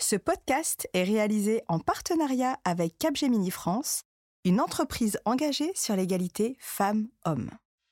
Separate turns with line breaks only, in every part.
Ce podcast est réalisé en partenariat avec Capgemini France, une entreprise engagée sur l'égalité femmes-hommes.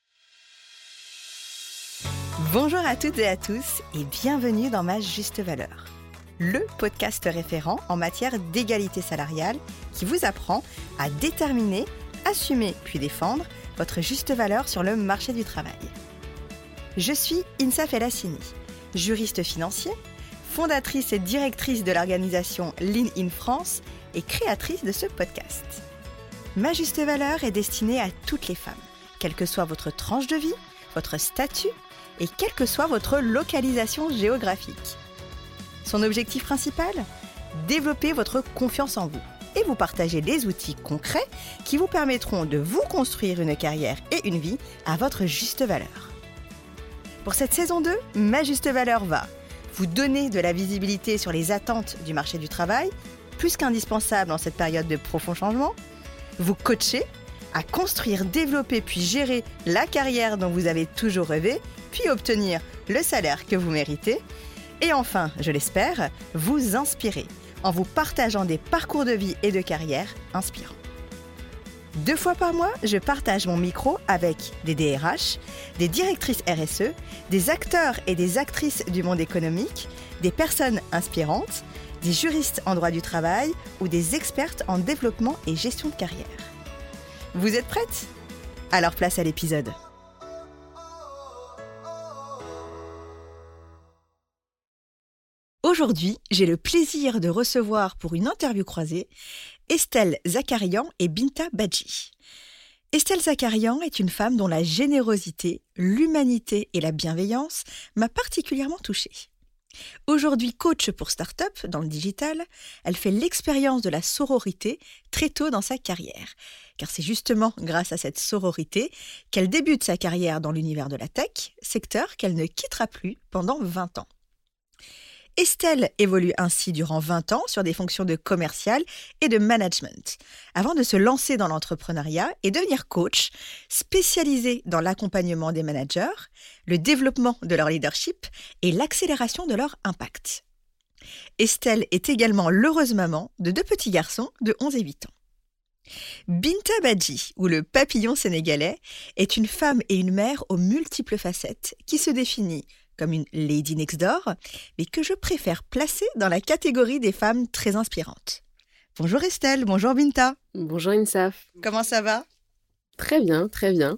Bonjour à toutes et à tous et bienvenue dans Ma Juste Valeur, le podcast référent en matière d'égalité salariale qui vous apprend à déterminer, assumer puis défendre votre juste valeur sur le marché du travail. Je suis Insaf El Hassini, juriste financier, fondatrice et directrice de l'organisation Lean in France et créatrice de ce podcast. Ma Juste Valeur est destinée à toutes les femmes, quelle que soit votre tranche de vie, votre statut et quelle que soit votre localisation géographique. Son objectif principal ? Développer votre confiance en vous et vous partager des outils concrets qui vous permettront de vous construire une carrière et une vie à votre juste valeur. Pour cette saison 2, Ma Juste Valeur va vous donner de la visibilité sur les attentes du marché du travail, plus qu'indispensable en cette période de profond changement, vous coacher à construire, développer puis gérer la carrière dont vous avez toujours rêvé, puis obtenir le salaire que vous méritez, et enfin, je l'espère, vous inspirer en vous partageant des parcours de vie et de carrière inspirants. 2 fois par mois, je partage mon micro avec des DRH, des directrices RSE, des acteurs et des actrices du monde économique, des personnes inspirantes, des juristes en droit du travail ou des expertes en développement et gestion de carrière. Vous êtes prêtes ? Alors place à l'épisode. Aujourd'hui, j'ai le plaisir de recevoir pour une interview croisée Estelle Zakarian et Binta Badji. Estelle Zakarian est une femme dont la générosité, l'humanité et la bienveillance m'a particulièrement touchée. Aujourd'hui coach pour start-up dans le digital, elle fait l'expérience de la sororité très tôt dans sa carrière. Car c'est justement grâce à cette sororité qu'elle débute sa carrière dans l'univers de la tech, secteur qu'elle ne quittera plus pendant 20 ans. Estelle évolue ainsi durant 20 ans sur des fonctions de commercial et de management, avant de se lancer dans l'entrepreneuriat et devenir coach, spécialisée dans l'accompagnement des managers, le développement de leur leadership et l'accélération de leur impact. Estelle est également l'heureuse maman de 2 petits garçons de 11 et 8 ans. Binta Badji, ou le papillon sénégalais, est une femme et une mère aux multiples facettes qui se définit comme une lady next door, mais que je préfère placer dans la catégorie des femmes très inspirantes. Bonjour Estelle, bonjour Binta.
Bonjour Insaf.
Comment ça va ?
Très bien, très bien.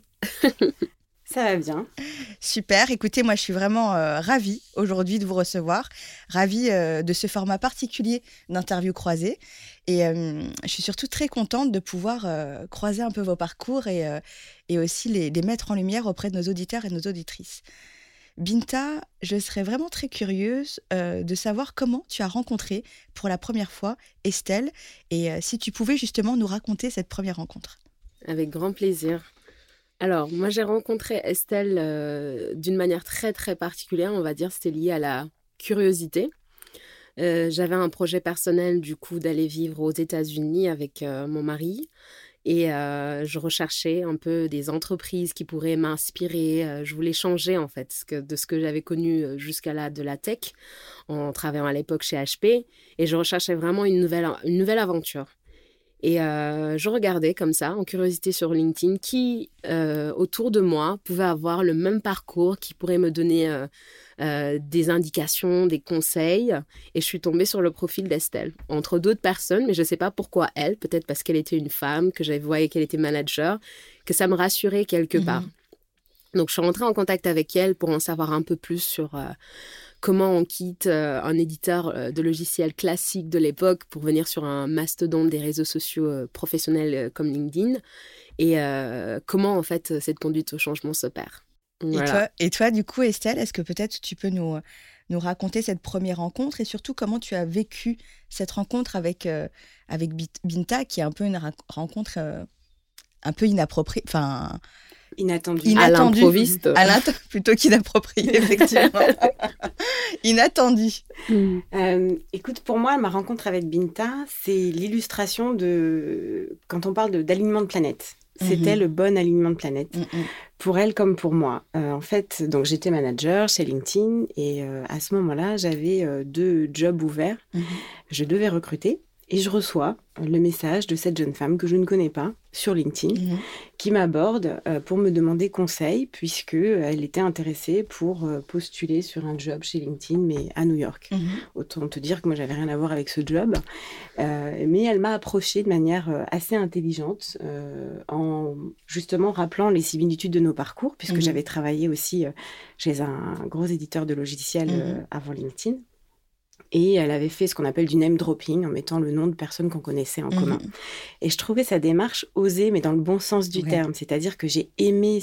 Ça va bien.
Super, écoutez, moi je suis vraiment ravie aujourd'hui de vous recevoir, ravie de ce format particulier d'interview croisée et je suis surtout très contente de pouvoir croiser un peu vos parcours et aussi les mettre en lumière auprès de nos auditeurs et de nos auditrices. Binta, je serais vraiment très curieuse de savoir comment tu as rencontré pour la première fois Estelle et si tu pouvais justement nous raconter cette première rencontre.
Avec grand plaisir. Alors, moi j'ai rencontré Estelle d'une manière très très particulière, on va dire, c'était lié à la curiosité. J'avais un projet personnel du coup d'aller vivre aux États-Unis avec mon mari. Et je recherchais un peu des entreprises qui pourraient m'inspirer. Je voulais changer en fait de ce que j'avais connu jusqu'à là de la tech en travaillant à l'époque chez HP. Et je recherchais vraiment une nouvelle aventure. Et je regardais comme ça, en curiosité sur LinkedIn, qui autour de moi pouvait avoir le même parcours, qui pourrait me donner des indications, des conseils. Et je suis tombée sur le profil d'Estelle, entre d'autres personnes, mais je ne sais pas pourquoi elle, peut-être parce qu'elle était une femme, que j'avais voyé qu'elle était manager, que ça me rassurait quelque part. Donc je suis rentrée en contact avec elle pour en savoir un peu plus sur comment on quitte un éditeur de logiciels classique de l'époque pour venir sur un mastodonte des réseaux sociaux professionnels comme LinkedIn et comment en fait cette conduite au changement s'opère. Voilà.
Et toi, du coup, Estelle, est-ce que peut-être tu peux nous raconter cette première rencontre et surtout comment tu as vécu cette rencontre avec Binta, qui est un peu une rencontre un peu inappropriée, enfin...
Inattendue.
À l'improviste.
Plutôt qu'inappropriée, effectivement. Inattendue.
Écoute, pour moi, ma rencontre avec Binta, c'est l'illustration de... Quand on parle d'alignement de planète. c'était le bon alignement de planète. Pour elle comme pour moi. En fait, donc j'étais manager chez LinkedIn et à ce moment-là, j'avais 2 jobs ouverts. Je devais recruter et je reçois le message de cette jeune femme que je ne connais pas sur LinkedIn qui m'aborde pour me demander conseil puisqu'elle était intéressée pour postuler sur un job chez LinkedIn mais à New York. Autant te dire que moi, j'avais rien à voir avec ce job. Mais elle m'a approchée de manière assez intelligente en justement rappelant les similitudes de nos parcours puisque j'avais travaillé aussi chez un gros éditeur de logiciels avant LinkedIn. Et elle avait fait ce qu'on appelle du name dropping en mettant le nom de personnes qu'on connaissait en commun. Et je trouvais sa démarche osée, mais dans le bon sens du terme. C'est-à-dire que j'ai aimé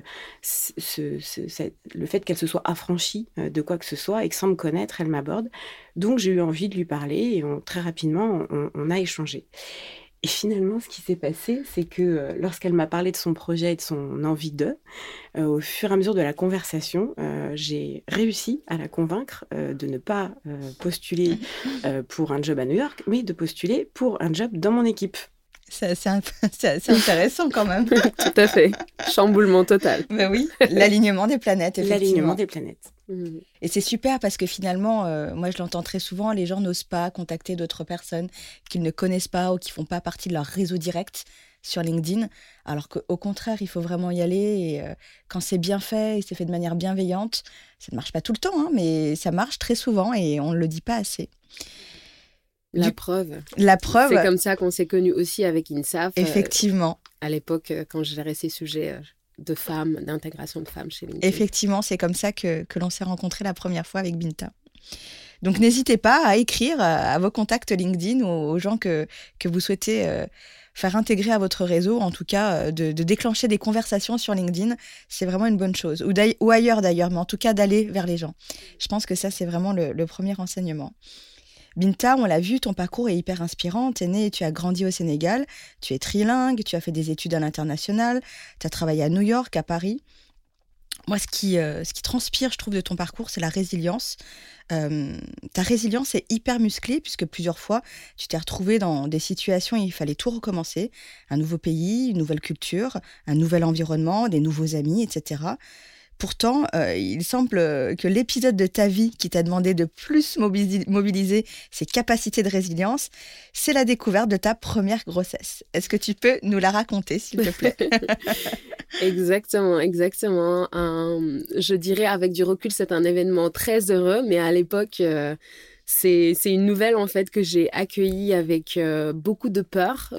le fait qu'elle se soit affranchie de quoi que ce soit et que sans me connaître, elle m'aborde. Donc j'ai eu envie de lui parler et très rapidement, on a échangé. Et finalement, ce qui s'est passé, c'est que lorsqu'elle m'a parlé de son projet et de son envie au fur et à mesure de la conversation, j'ai réussi à la convaincre de ne pas postuler pour un job à New York, mais de postuler pour un job dans mon équipe.
C'est intéressant quand même.
Tout à fait. Chamboulement total.
Ben oui, l'alignement des planètes, effectivement.
L'alignement des planètes.
Et c'est super parce que finalement, moi je l'entends très souvent, les gens n'osent pas contacter d'autres personnes qu'ils ne connaissent pas ou qui font pas partie de leur réseau direct sur LinkedIn, alors qu'au contraire, il faut vraiment y aller. Et quand c'est bien fait et c'est fait de manière bienveillante, ça ne marche pas tout le temps, hein, mais ça marche très souvent et on ne le dit pas assez.
La preuve.
C'est
comme ça qu'on s'est connus aussi avec INSAF.
Effectivement.
À l'époque, quand je gérais ces sujets de femmes, d'intégration de femmes chez LinkedIn.
Effectivement, c'est comme ça que l'on s'est rencontrés la première fois avec Binta. Donc, n'hésitez pas à écrire à vos contacts LinkedIn ou aux gens que vous souhaitez faire intégrer à votre réseau, en tout cas, de déclencher des conversations sur LinkedIn. C'est vraiment une bonne chose. Ou ailleurs d'ailleurs, mais en tout cas, d'aller vers les gens. Je pense que ça, c'est vraiment le premier enseignement. Binta, on l'a vu, ton parcours est hyper inspirant. Tu es née et tu as grandi au Sénégal. Tu es trilingue, tu as fait des études à l'international. Tu as travaillé à New York, à Paris. Moi, ce qui transpire, je trouve, de ton parcours, c'est la résilience. Ta résilience est hyper musclée puisque plusieurs fois, tu t'es retrouvée dans des situations où il fallait tout recommencer. Un nouveau pays, une nouvelle culture, un nouvel environnement, des nouveaux amis, etc. Pourtant, il semble que l'épisode de ta vie qui t'a demandé de plus mobiliser ses capacités de résilience, c'est la découverte de ta première grossesse. Est-ce que tu peux nous la raconter, s'il te plaît?
Exactement. Je dirais, avec du recul, c'est un événement très heureux, mais à l'époque, c'est une nouvelle, en fait, que j'ai accueillie avec beaucoup de peur,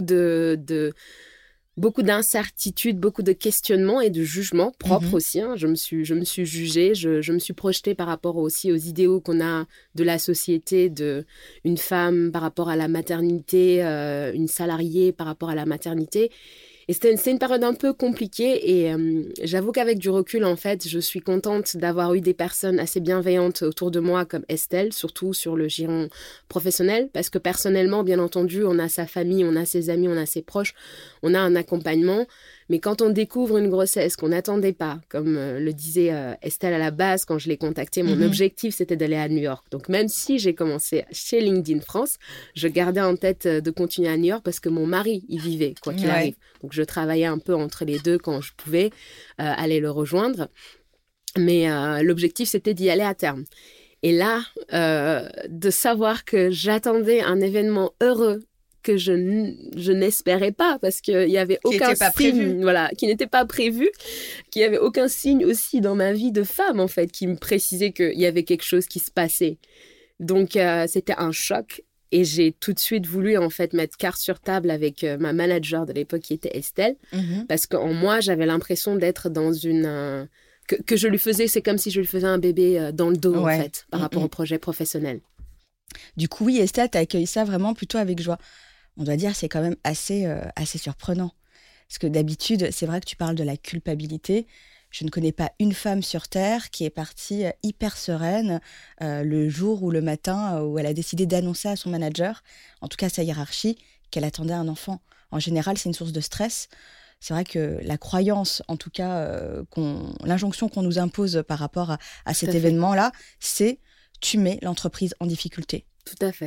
beaucoup d'incertitudes, beaucoup de questionnements et de jugements propres aussi. Hein. Je me suis jugée, je me suis projetée par rapport aussi aux idéaux qu'on a de la société, une femme par rapport à la maternité, une salariée par rapport à la maternité. Et c'est une période un peu compliquée et j'avoue qu'avec du recul, en fait, je suis contente d'avoir eu des personnes assez bienveillantes autour de moi comme Estelle, surtout sur le giron professionnel, parce que personnellement, bien entendu, on a sa famille, on a ses amis, on a ses proches, on a un accompagnement. Mais quand on découvre une grossesse qu'on n'attendait pas, comme le disait Estelle à la base, quand je l'ai contactée, mon objectif, c'était d'aller à New York. Donc, même si j'ai commencé chez LinkedIn France, je gardais en tête de continuer à New York parce que mon mari y vivait, quoi qu'il arrive. Donc, je travaillais un peu entre les deux quand je pouvais aller le rejoindre. Mais l'objectif, c'était d'y aller à terme. Et là, de savoir que j'attendais un événement heureux que je n'espérais pas parce qu'il n'y avait aucun signe qui n'était pas prévu, qu'il n'y avait aucun signe aussi dans ma vie de femme, en fait, qui me précisait qu'il y avait quelque chose qui se passait. Donc, c'était un choc et j'ai tout de suite voulu, en fait, mettre carte sur table avec ma manager de l'époque qui était Estelle parce qu'en moi, j'avais l'impression d'être dans une... que je lui faisais, c'est comme si je lui faisais un bébé dans le dos, en fait, par rapport au projet professionnel.
Du coup, oui, Estelle, t'as accueilli ça vraiment plutôt avec joie. On doit dire c'est quand même assez surprenant. Parce que d'habitude, c'est vrai que tu parles de la culpabilité. Je ne connais pas une femme sur Terre qui est partie hyper sereine le jour ou le matin où elle a décidé d'annoncer à son manager, en tout cas sa hiérarchie, qu'elle attendait un enfant. En général, c'est une source de stress. C'est vrai que la croyance, en tout cas, l'injonction qu'on nous impose par rapport à cet événement-là, c'est « tu mets l'entreprise en difficulté ».
Tout à fait.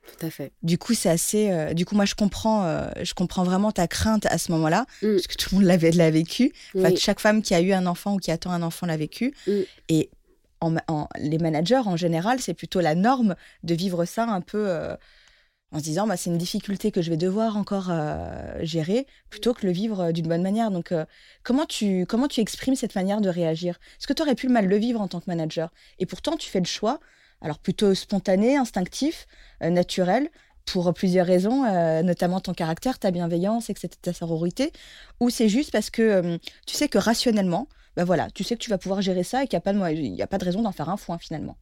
Tout à fait.
Du coup, c'est assez. Du coup, moi, je comprends vraiment ta crainte à ce moment-là, parce que tout le monde l'a vécu. Enfin, chaque femme qui a eu un enfant ou qui attend un enfant l'a vécu. Et les managers, en général, c'est plutôt la norme de vivre ça un peu en se disant c'est une difficulté que je vais devoir encore gérer, plutôt que le vivre d'une bonne manière. Donc, comment tu exprimes cette manière de réagir? Est-ce que tu aurais pu mal le vivre en tant que manager? Et pourtant, tu fais le choix, alors plutôt spontané, instinctif, naturel, pour plusieurs raisons, notamment ton caractère, ta bienveillance, etc., ta sororité, ou c'est juste parce que tu sais que rationnellement, voilà, tu sais que tu vas pouvoir gérer ça et qu'il n'y a pas de raison d'en faire un foin finalement.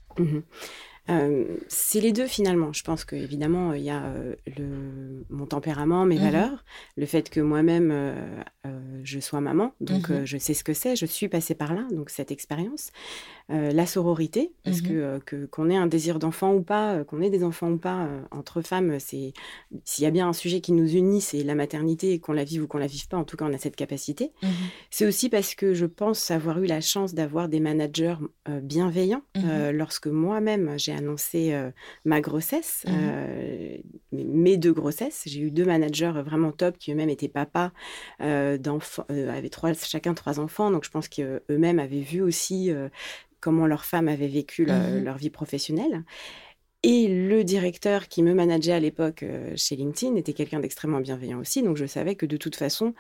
C'est les deux finalement. Je pense qu'évidemment, il y a mon tempérament, mes valeurs, le fait que moi-même, je sois maman, donc je sais ce que c'est, je suis passée par là, donc cette expérience. La sororité, parce qu'on ait un désir d'enfant ou pas, qu'on ait des enfants ou pas, entre femmes, s'il y a bien un sujet qui nous unit, c'est la maternité, qu'on la vive ou qu'on la vive pas, en tout cas on a cette capacité. C'est aussi parce que je pense avoir eu la chance d'avoir des managers bienveillants. Lorsque moi-même j'ai annoncé ma grossesse, mes 2 grossesses, j'ai eu 2 managers vraiment top qui eux-mêmes étaient papas d'enfants, avaient chacun 3 enfants, donc je pense qu'eux-mêmes avaient vu aussi comment leurs femmes avaient vécu leur vie professionnelle. Et le directeur qui me manageait à l'époque chez LinkedIn était quelqu'un d'extrêmement bienveillant aussi. Donc, je savais que de toute façon,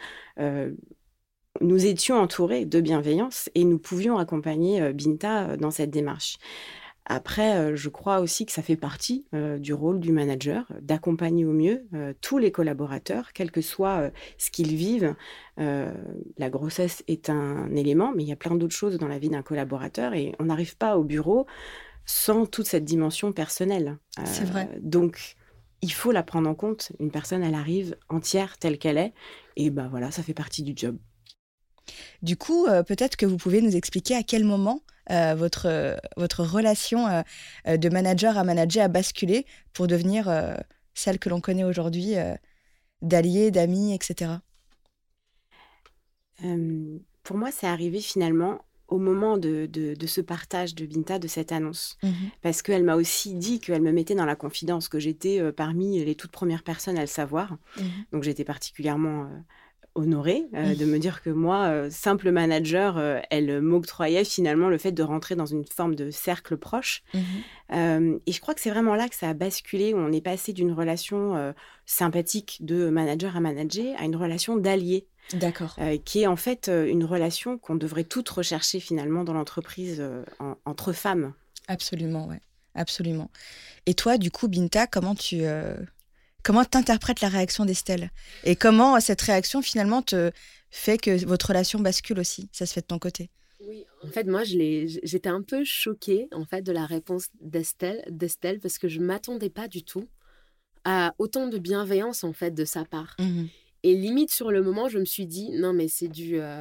nous étions entourés de bienveillance et nous pouvions accompagner Binta dans cette démarche. Après, je crois aussi que ça fait partie du rôle du manager, d'accompagner au mieux tous les collaborateurs, quel que soit ce qu'ils vivent. La grossesse est un élément, mais il y a plein d'autres choses dans la vie d'un collaborateur et on n'arrive pas au bureau sans toute cette dimension personnelle.
C'est vrai.
Donc, il faut la prendre en compte. Une personne, elle arrive entière telle qu'elle est et voilà, ça fait partie du job.
Du coup, peut-être que vous pouvez nous expliquer à quel moment votre relation de manager à manager a basculé pour devenir celle que l'on connaît aujourd'hui, d'alliés, d'amis, etc.
Pour moi, c'est arrivé finalement au moment de ce partage de Binta, de cette annonce. Parce qu'elle m'a aussi dit qu'elle me mettait dans la confidence, que j'étais parmi les toutes premières personnes à le savoir. Donc, j'étais particulièrement honorée de me dire que moi, simple manager, elle m'octroyait finalement le fait de rentrer dans une forme de cercle proche. Et je crois que c'est vraiment là que ça a basculé, où on est passé d'une relation sympathique de manager à manager à une relation d'allié.
D'accord.
Qui est en fait une relation qu'on devrait toutes rechercher finalement dans l'entreprise entre femmes.
Absolument, ouais. Absolument. Et toi, du coup, Binta, comment t'interprètes la réaction d'Estelle? Et comment cette réaction, finalement, te fait que votre relation bascule aussi? Ça se fait de ton côté?
Oui, en fait, moi, j'étais un peu choquée, en fait, de la réponse d'Estelle parce que je ne m'attendais pas du tout à autant de bienveillance, en fait, de sa part. Et limite, sur le moment, je me suis dit, non, mais c'est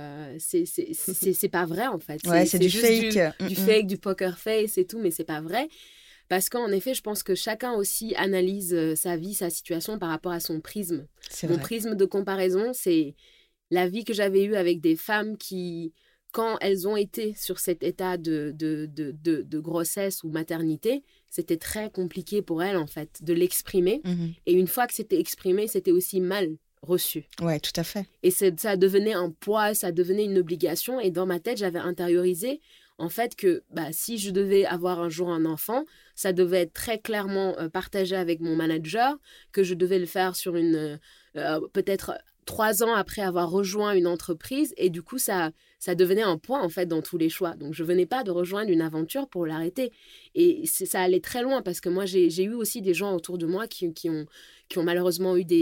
c'est pas vrai, en fait.
Ouais, c'est du
juste
fake.
Du fake, du poker face et tout, mais c'est pas vrai. Parce qu'en effet, je pense que chacun aussi analyse sa vie, sa situation par rapport à son prisme. Mon prisme de comparaison, c'est la vie que j'avais eue avec des femmes qui, quand elles ont été sur cet état de grossesse ou maternité, c'était très compliqué pour elles, en fait, de l'exprimer. Et une fois que c'était exprimé, c'était aussi mal reçu.
Ouais, tout à fait.
Et ça devenait un poids, ça devenait une obligation. Et dans ma tête, j'avais intériorisé, en fait, que si je devais avoir un jour un enfant, ça devait être très clairement partagé avec mon manager, que je devais le faire sur peut-être 3 ans après avoir rejoint une entreprise. Et du coup, ça devenait un poids, en fait, dans tous les choix. Donc, je venais pas de rejoindre une aventure pour l'arrêter. Et ça allait très loin parce que moi, j'ai eu aussi des gens autour de moi qui ont malheureusement eu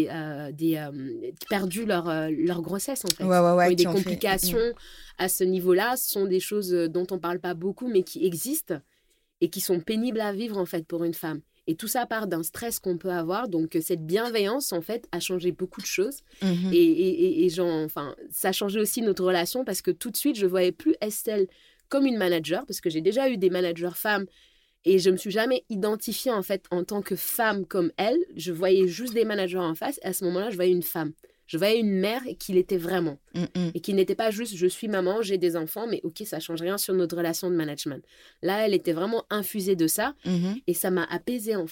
perdu leur grossesse, en fait.
Ouais,
qui ont eu des complications à ce niveau-là. Ce sont des choses dont on parle pas beaucoup, mais qui existent et qui sont pénibles à vivre, en fait, pour une femme. Et tout ça part d'un stress qu'on peut avoir. Donc, cette bienveillance, en fait, a changé beaucoup de choses. Et ça a changé aussi notre relation parce que tout de suite, je ne voyais plus Estelle comme une manager, parce que j'ai déjà eu des managers femmes et je ne me suis jamais identifiée, en fait, en tant que femme comme elle. Je voyais juste des managers en face et à ce moment-là, je voyais une femme. Je voyais une mère qui l'était vraiment. Et qui n'était pas juste « je suis maman, j'ai des enfants, mais ok, ça ne change rien sur notre relation de management ». Là, elle était vraiment infusée de ça et ça m'a apaisée, en fait.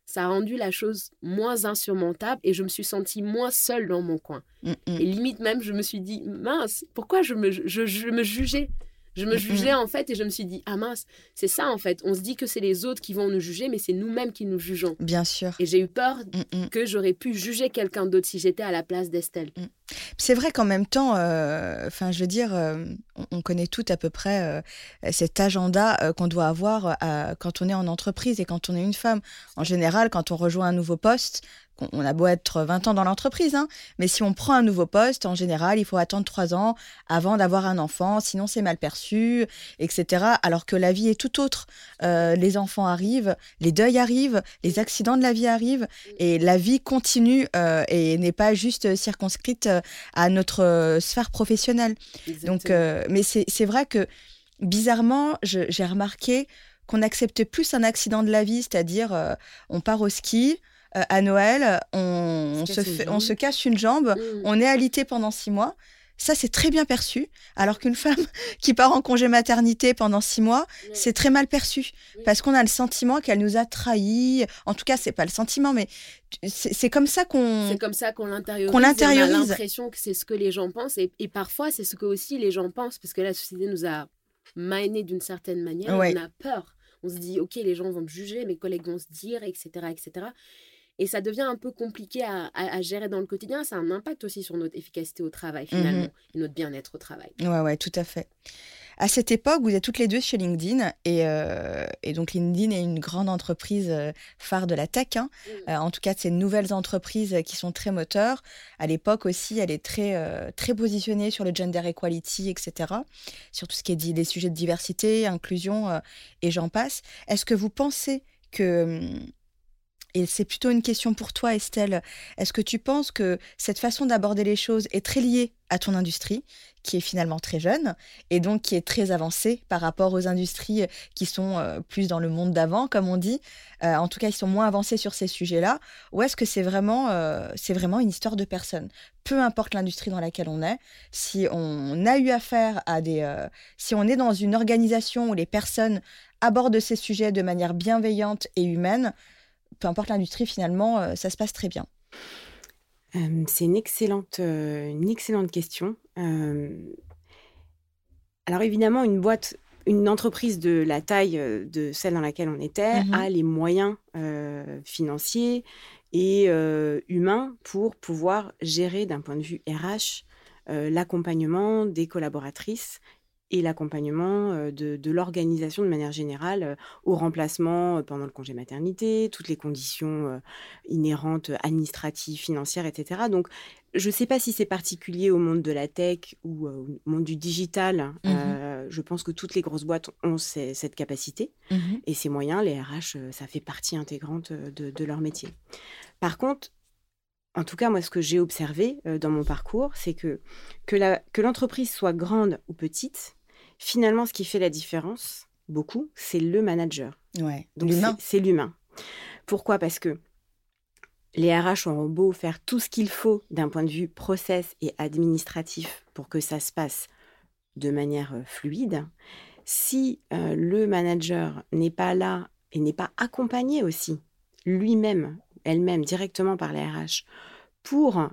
ça a rendu la chose moins insurmontable et je me suis sentie moins seule dans mon coin. Et limite même, je me suis dit, mince, pourquoi je me jugeais? Je me jugeais en fait et je me suis dit, ah mince, c'est ça en fait. On se dit que c'est les autres qui vont nous juger, mais c'est nous-mêmes qui nous jugeons.
Bien sûr.
Et j'ai eu peur que j'aurais pu juger quelqu'un d'autre si j'étais à la place d'Estelle.
C'est vrai qu'en même temps, je veux dire, on connaît toutes à peu près cet agenda qu'on doit avoir quand on est en entreprise et quand on est une femme. En général, quand on rejoint un nouveau poste, on a beau être 20 ans dans l'entreprise, hein, mais si on prend un nouveau poste, en général, il faut attendre 3 ans avant d'avoir un enfant, sinon c'est mal perçu, etc. Alors que la vie est tout autre. Les enfants arrivent, les deuils arrivent, les accidents de la vie arrivent, et la vie continue et n'est pas juste circonscrite à notre sphère professionnelle. Exactement. Donc, mais c'est vrai que, bizarrement, j'ai remarqué qu'on acceptait plus un accident de la vie, c'est-à-dire on part au ski, à Noël, on se casse une jambe, on est alité pendant 6 mois. Ça, c'est très bien perçu. Alors qu'une femme qui part en congé maternité pendant 6 mois, c'est très mal perçu. Parce qu'on a le sentiment qu'elle nous a trahis. En tout cas, c'est pas le sentiment, mais c'est comme ça qu'on...
C'est comme ça qu'on l'intériorise. On a l'impression que c'est ce que les gens pensent. Et parfois, c'est ce que aussi les gens pensent. Parce que la société nous a mainés d'une certaine manière. Ouais. On a peur. On se dit, OK, les gens vont me juger, mes collègues vont se dire, etc., etc. Et ça devient un peu compliqué à gérer dans le quotidien. Ça a un impact aussi sur notre efficacité au travail, finalement, et notre bien-être au travail.
Ouais, tout à fait. À cette époque, vous êtes toutes les deux chez LinkedIn. Et donc, LinkedIn est une grande entreprise phare de la tech. Hein. En tout cas, de ces nouvelles entreprises qui sont très moteurs. À l'époque aussi, elle est très positionnée sur le gender equality, etc. Sur tout ce qui est les sujets de diversité, inclusion, et j'en passe. Est-ce que vous pensez que... Et c'est plutôt une question pour toi, Estelle. Est-ce que tu penses que cette façon d'aborder les choses est très liée à ton industrie, qui est finalement très jeune, et donc qui est très avancée par rapport aux industries qui sont plus dans le monde d'avant, comme on dit. En tout cas, ils sont moins avancés sur ces sujets-là. Ou est-ce que c'est vraiment une histoire de personnes? Peu importe l'industrie dans laquelle on est, si on a eu affaire à si on est dans une organisation où les personnes abordent ces sujets de manière bienveillante et humaine, peu importe l'industrie, finalement, ça se passe très bien.
C'est une excellente question. Alors évidemment, une entreprise de la taille de celle dans laquelle on était a les moyens financiers et humains pour pouvoir gérer d'un point de vue RH l'accompagnement des collaboratrices et l'accompagnement de l'organisation de manière générale au remplacement pendant le congé maternité, toutes les conditions inhérentes administratives, financières, etc. Donc, je ne sais pas si c'est particulier au monde de la tech ou au monde du digital. Je pense que toutes les grosses boîtes ont cette capacité et ces moyens, les RH, ça fait partie intégrante de leur métier. Par contre, en tout cas, moi, ce que j'ai observé dans mon parcours, c'est que l'entreprise soit grande ou petite, finalement, ce qui fait la différence, beaucoup, c'est le manager.
Ouais,
donc l'humain. C'est l'humain. Pourquoi ? Parce que les RH auront beau faire tout ce qu'il faut d'un point de vue process et administratif pour que ça se passe de manière fluide. Si le manager n'est pas là et n'est pas accompagné aussi, lui-même, elle-même, directement par les RH, pour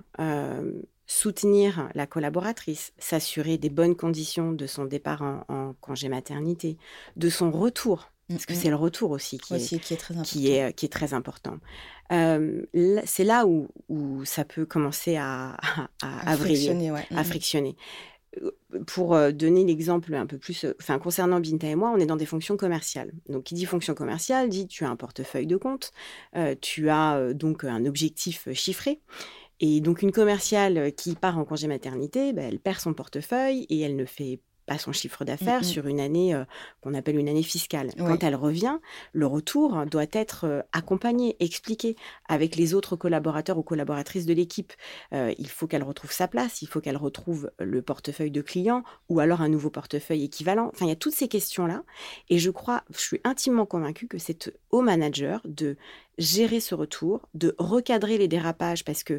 soutenir la collaboratrice, s'assurer des bonnes conditions de son départ en congé maternité, de son retour, parce que c'est le retour aussi qui est très important. C'est là où ça peut commencer à vriller, à frictionner. Pour donner l'exemple un peu plus, concernant Binta et moi, on est dans des fonctions commerciales. Donc, qui dit fonction commerciale dit tu as un portefeuille de compte, tu as donc un objectif chiffré. Et donc, une commerciale qui part en congé maternité, elle perd son portefeuille et elle ne fait pas son chiffre d'affaires sur une année qu'on appelle une année fiscale. Oui. Quand elle revient, le retour doit être accompagné, expliqué avec les autres collaborateurs ou collaboratrices de l'équipe. Il faut qu'elle retrouve sa place, il faut qu'elle retrouve le portefeuille de clients ou alors un nouveau portefeuille équivalent. Enfin, il y a toutes ces questions-là. Et je suis intimement convaincue que c'est au manager de gérer ce retour, de recadrer les dérapages parce que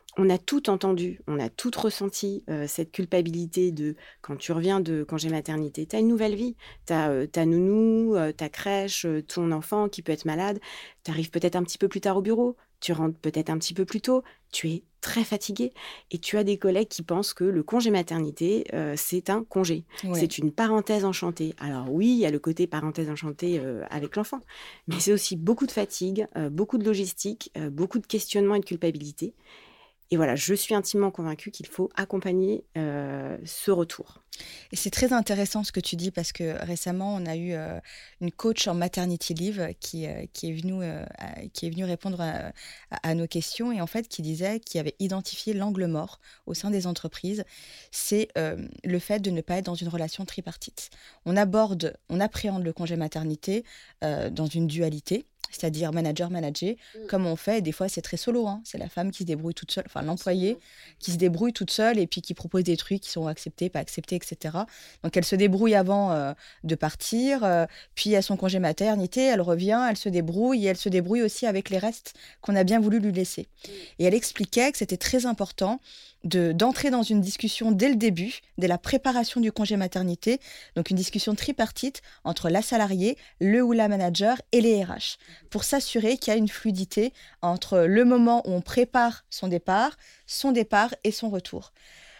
on a tout entendu, on a tout ressenti, cette culpabilité de quand tu reviens de congé maternité, tu as une nouvelle vie, tu as ta nounou, ta crèche, ton enfant qui peut être malade, tu arrives peut-être un petit peu plus tard au bureau, tu rentres peut-être un petit peu plus tôt, tu es très fatigué et tu as des collègues qui pensent que le congé maternité, c'est un congé, c'est une parenthèse enchantée. Alors oui, il y a le côté parenthèse enchantée avec l'enfant, mais c'est aussi beaucoup de fatigue, beaucoup de logistique, beaucoup de questionnements et de culpabilité. Et voilà, je suis intimement convaincue qu'il faut accompagner ce retour.
Et c'est très intéressant ce que tu dis parce que récemment, on a eu une coach en maternity leave qui est venue répondre à nos questions et en fait qui disait qu'il avait identifié l'angle mort au sein des entreprises, c'est le fait de ne pas être dans une relation tripartite. On appréhende le congé maternité dans une dualité. C'est-à-dire manager, comme on fait. Et des fois, c'est très solo. C'est la femme qui se débrouille toute seule, enfin l'employée qui se débrouille toute seule et puis qui propose des trucs qui sont acceptés, pas acceptés, etc. Donc, elle se débrouille avant de partir. Puis, à son congé maternité, elle revient, elle se débrouille et elle se débrouille aussi avec les restes qu'on a bien voulu lui laisser. Et elle expliquait que c'était très important d'entrer dans une discussion dès le début, dès la préparation du congé maternité, donc une discussion tripartite entre la salariée, le ou la manager et les RH, pour s'assurer qu'il y a une fluidité entre le moment où on prépare son départ et son retour.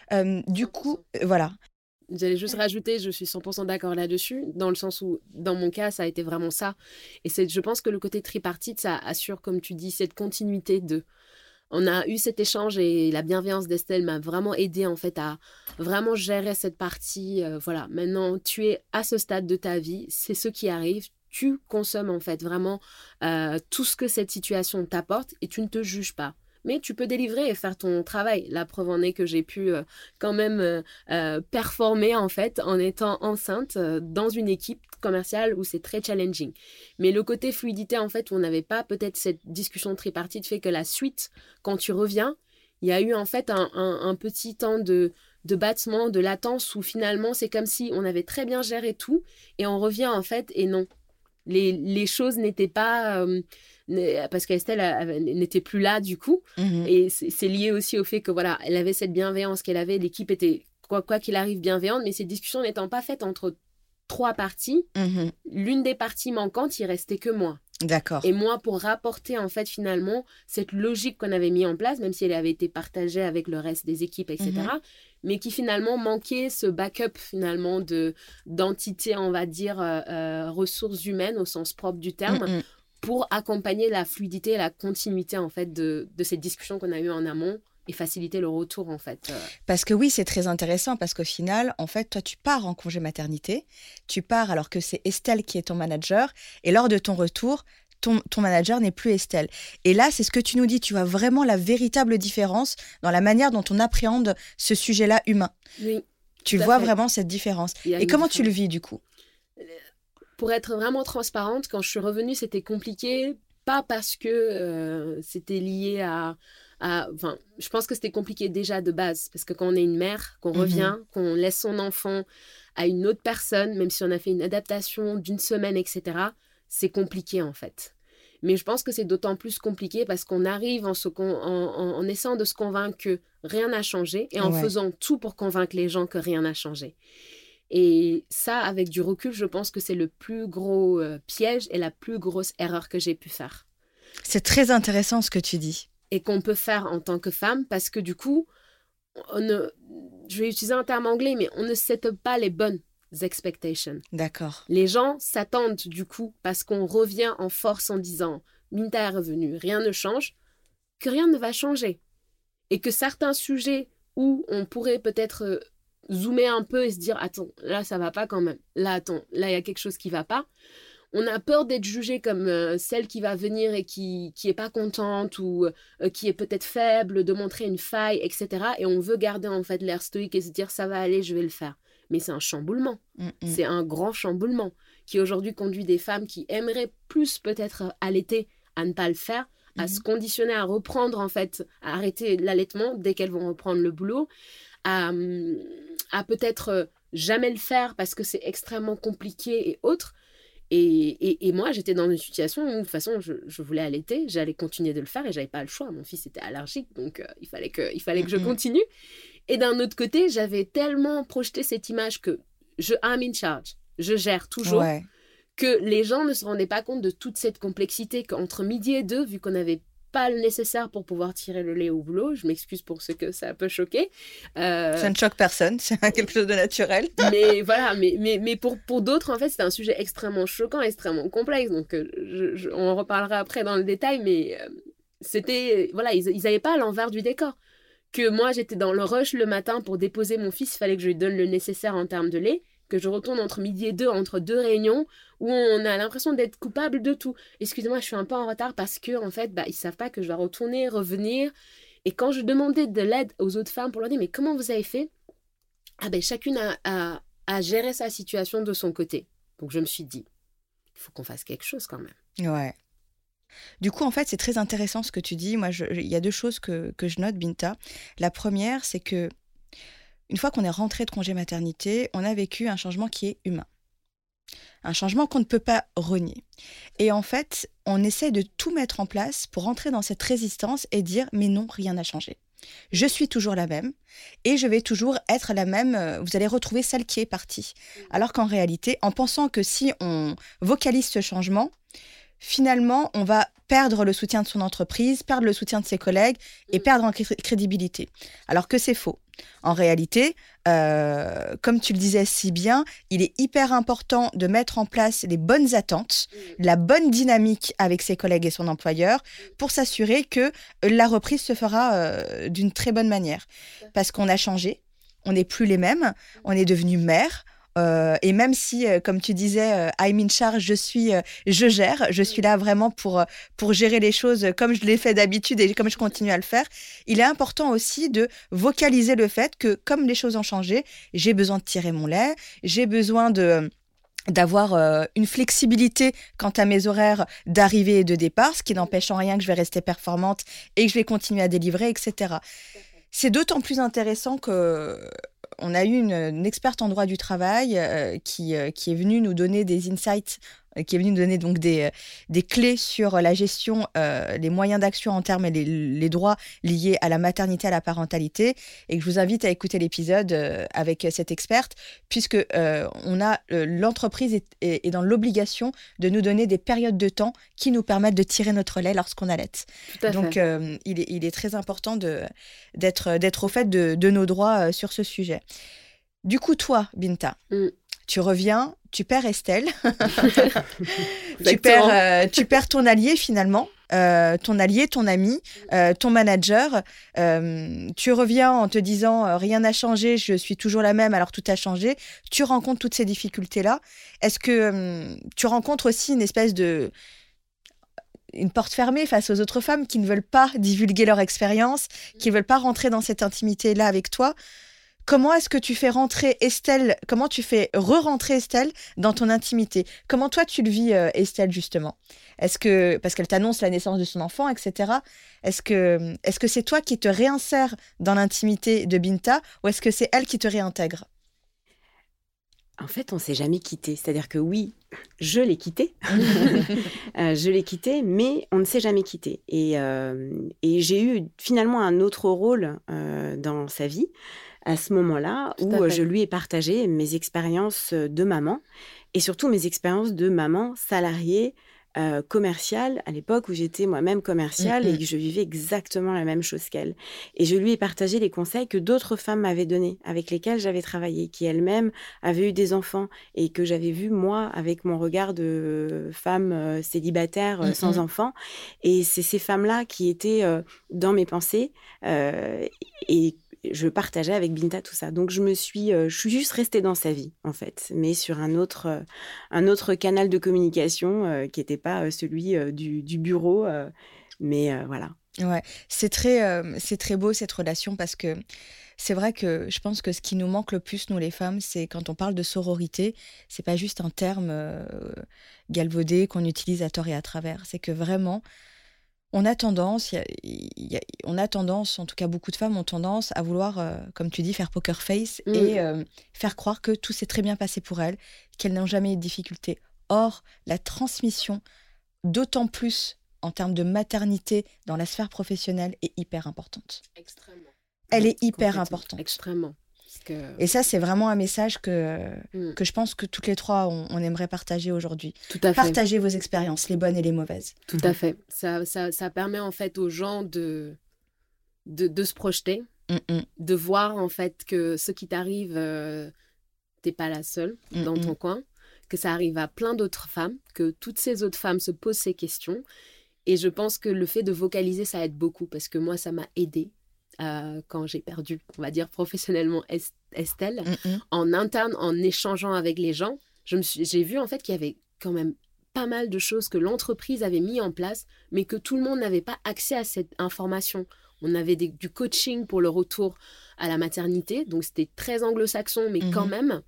Du coup, voilà.
J'allais juste rajouter, je suis 100% d'accord là-dessus, dans le sens où, dans mon cas, ça a été vraiment ça. Et je pense que le côté tripartite, ça assure, comme tu dis, cette continuité de... On a eu cet échange et la bienveillance d'Estelle m'a vraiment aidée en fait à vraiment gérer cette partie. Voilà, maintenant tu es à ce stade de ta vie, c'est ce qui arrive. Tu consommes en fait vraiment tout ce que cette situation t'apporte et tu ne te juges pas. Mais tu peux délivrer et faire ton travail. La preuve en est que j'ai pu quand même performer en fait en étant enceinte dans une équipe commerciale où c'est très challenging. Mais le côté fluidité en fait où on n'avait pas peut-être cette discussion tripartite fait que la suite, quand tu reviens, il y a eu en fait un petit temps de battement, de latence où finalement c'est comme si on avait très bien géré tout et on revient en fait et non. Les choses n'étaient pas... parce qu'Estelle n'était plus là du coup. Et c'est lié aussi au fait que voilà, elle avait cette bienveillance qu'elle avait. L'équipe était, quoi qu'il arrive, bienveillante. Mais ces discussions n'étant pas faites entre 3 parties, l'une des parties manquantes, il restait que moi.
D'accord.
Et moi, pour rapporter en fait finalement cette logique qu'on avait mis en place, même si elle avait été partagée avec le reste des équipes, etc., mais qui finalement manquait ce backup finalement d'entité, on va dire, ressources humaines au sens propre du terme, pour accompagner la fluidité et la continuité en fait de cette discussion qu'on a eue en amont et faciliter le retour en fait.
Parce que oui, c'est très intéressant parce qu'au final, en fait, toi, tu pars en congé maternité, tu pars alors que c'est Estelle qui est ton manager et lors de ton retour, ton manager n'est plus Estelle. Et là, c'est ce que tu nous dis, tu vois vraiment la véritable différence dans la manière dont on appréhende ce sujet-là humain.
Oui.
Tu vois vraiment cette différence. Et comment tu le vis du coup ?
Pour être vraiment transparente, quand je suis revenue, c'était compliqué, pas parce que c'était lié enfin, je pense que c'était compliqué déjà de base, parce que quand on est une mère, qu'on revient, qu'on laisse son enfant à une autre personne, même si on a fait une adaptation d'une semaine, etc., c'est compliqué en fait. Mais je pense que c'est d'autant plus compliqué parce qu'on arrive en essayant de se convaincre que rien n'a changé et en faisant tout pour convaincre les gens que rien n'a changé. Et ça, avec du recul, je pense que c'est le plus gros piège et la plus grosse erreur que j'ai pu faire.
C'est très intéressant ce que tu dis.
Et qu'on peut faire en tant que femme parce que du coup, je vais utiliser un terme anglais, mais on ne set pas les bonnes expectations.
D'accord.
Les gens s'attendent du coup parce qu'on revient en force en disant « Minta est revenue, rien ne change », que rien ne va changer. Et que certains sujets où on pourrait peut-être... zoomer un peu et se dire « Attends, là, ça va pas quand même. Là, attends, là, il y a quelque chose qui va pas. » On a peur d'être jugée comme celle qui va venir et qui est pas contente ou qui est peut-être faible, de montrer une faille, etc. Et on veut garder en fait l'air stoïque et se dire « Ça va aller, je vais le faire. » Mais c'est un chamboulement. C'est un grand chamboulement qui aujourd'hui conduit des femmes qui aimeraient plus peut-être allaiter à ne pas le faire, à se conditionner à reprendre en fait, à arrêter l'allaitement dès qu'elles vont reprendre le boulot, à peut-être jamais le faire parce que c'est extrêmement compliqué et autres. Et moi, j'étais dans une situation où, de toute façon, je voulais allaiter, j'allais continuer de le faire et j'avais pas le choix. Mon fils était allergique, donc il fallait que je continue. Et d'un autre côté, j'avais tellement projeté cette image que I'm in charge, je gère toujours, que les gens ne se rendaient pas compte de toute cette complexité qu'entre midi et 2, vu qu'on n'avait pas le nécessaire pour pouvoir tirer le lait au boulot, je m'excuse pour ceux que ça peut choquer.
Ça ne choque personne, c'est quelque chose de naturel.
Mais voilà, mais pour d'autres, en fait, c'était un sujet extrêmement choquant, extrêmement complexe, donc on en reparlera après dans le détail, mais c'était, voilà, ils n'avaient pas l'envers du décor. Que moi, j'étais dans le rush le matin pour déposer mon fils, il fallait que je lui donne le nécessaire en termes de lait, que je retourne entre midi et 2, entre 2 réunions, où on a l'impression d'être coupable de tout. Excusez-moi, je suis un peu en retard parce que, en fait, ils savent pas que je dois retourner, revenir. Et quand je demandais de l'aide aux autres femmes pour leur dire, mais comment vous avez fait? Chacune a géré sa situation de son côté. Donc, je me suis dit, il faut qu'on fasse quelque chose quand même.
Ouais. Du coup, en fait, c'est très intéressant ce que tu dis. Moi, il y a 2 choses que je note, Binta. La première, c'est que une fois qu'on est rentré de congé maternité, on a vécu un changement qui est humain. Un changement qu'on ne peut pas renier. Et en fait, on essaie de tout mettre en place pour rentrer dans cette résistance et dire « mais non, rien n'a changé. Je suis toujours la même et je vais toujours être la même. Vous allez retrouver celle qui est partie. » Alors qu'en réalité, en pensant que si on vocalise ce changement, finalement, on va perdre le soutien de son entreprise, perdre le soutien de ses collègues et perdre en crédibilité. Alors que c'est faux. En réalité, comme tu le disais si bien, il est hyper important de mettre en place les bonnes attentes, la bonne dynamique avec ses collègues et son employeur pour s'assurer que la reprise se fera d'une très bonne manière. Parce qu'on a changé, on n'est plus les mêmes, on est devenu mère. Et même si, comme tu disais, I'm in charge, je gère, je suis là vraiment pour gérer les choses comme je l'ai fait d'habitude et comme je continue à le faire, il est important aussi de vocaliser le fait que comme les choses ont changé, j'ai besoin de tirer mon lait, j'ai besoin d'avoir une flexibilité quant à mes horaires d'arrivée et de départ, ce qui n'empêche en rien que je vais rester performante et que je vais continuer à délivrer, etc. C'est d'autant plus intéressant qu'on a eu une experte en droit du travail qui est venue nous donner des insights, qui est venue nous donner donc des clés sur la gestion, les moyens d'action en termes et les droits liés à la maternité, à la parentalité, et que je vous invite à écouter l'épisode avec cette experte, puisque l'entreprise est dans l'obligation de nous donner des périodes de temps qui nous permettent de tirer notre lait lorsqu'on allaite. Donc il est très important d'être au fait de nos droits sur ce sujet. Du coup, toi, Binta, tu reviens, tu perds Estelle, tu perds ton allié finalement, ton allié, ton ami, ton manager. Tu reviens en te disant rien n'a changé, je suis toujours la même alors tout a changé. Tu rencontres toutes ces difficultés-là. Est-ce que tu rencontres aussi une porte fermée face aux autres femmes qui ne veulent pas divulguer leur expérience, qui ne veulent pas rentrer dans cette intimité-là avec toi? Comment est-ce que tu fais rentrer Estelle, comment tu fais re-rentrer Estelle dans ton intimité? Comment toi tu le vis, Estelle, justement? Parce qu'elle t'annonce la naissance de son enfant, etc. Est-ce que c'est toi qui te réinsères dans l'intimité de Binta ou est-ce que c'est elle qui te réintègre?
En fait, on ne s'est jamais quitté. C'est-à-dire que oui, je l'ai quitté. Je l'ai quitté, mais on ne s'est jamais quitté. Et j'ai eu finalement un autre rôle dans sa vie à ce moment-là où je lui ai partagé mes expériences de maman et surtout mes expériences de maman salariée, commerciale, à l'époque où j'étais moi-même commerciale et que je vivais exactement la même chose qu'elle. Et je lui ai partagé les conseils que d'autres femmes m'avaient donnés, avec lesquelles j'avais travaillé, qui elles-mêmes avaient eu des enfants et que j'avais vu, moi, avec mon regard de femme célibataire sans enfants. Et c'est ces femmes-là qui étaient dans mes pensées et je partageais avec Binta tout ça. Donc, je suis juste restée dans sa vie, en fait, mais sur un autre canal de communication qui n'était pas celui du bureau. Mais voilà.
Ouais, c'est très beau cette relation parce que c'est vrai que je pense que ce qui nous manque le plus, nous les femmes, c'est quand on parle de sororité, c'est pas juste un terme galvaudé qu'on utilise à tort et à travers. C'est que vraiment, on a tendance, en tout cas beaucoup de femmes ont tendance à vouloir, comme tu dis, faire poker face et faire croire que tout s'est très bien passé pour elles, qu'elles n'ont jamais eu de difficultés. Or, la transmission, d'autant plus en termes de maternité dans la sphère professionnelle, est hyper importante.
Extrêmement.
Elle est hyper importante.
Extrêmement.
Et ça, c'est vraiment un message que je pense que toutes les trois, on aimerait partager aujourd'hui.
Tout à fait.
Partagez vos expériences, les bonnes et les mauvaises.
Tout à fait. Ça permet en fait aux gens de se projeter, de voir en fait que ce qui t'arrive, t'es pas la seule dans ton coin, que ça arrive à plein d'autres femmes, que toutes ces autres femmes se posent ces questions. Et je pense que le fait de vocaliser, ça aide beaucoup parce que moi, ça m'a aidée. Quand j'ai perdu, on va dire professionnellement Estelle, en interne, en échangeant avec les gens, j'ai vu en fait qu'il y avait quand même pas mal de choses que l'entreprise avait mis en place, mais que tout le monde n'avait pas accès à cette information. On avait du coaching pour le retour à la maternité, donc c'était très anglo-saxon, mais quand même.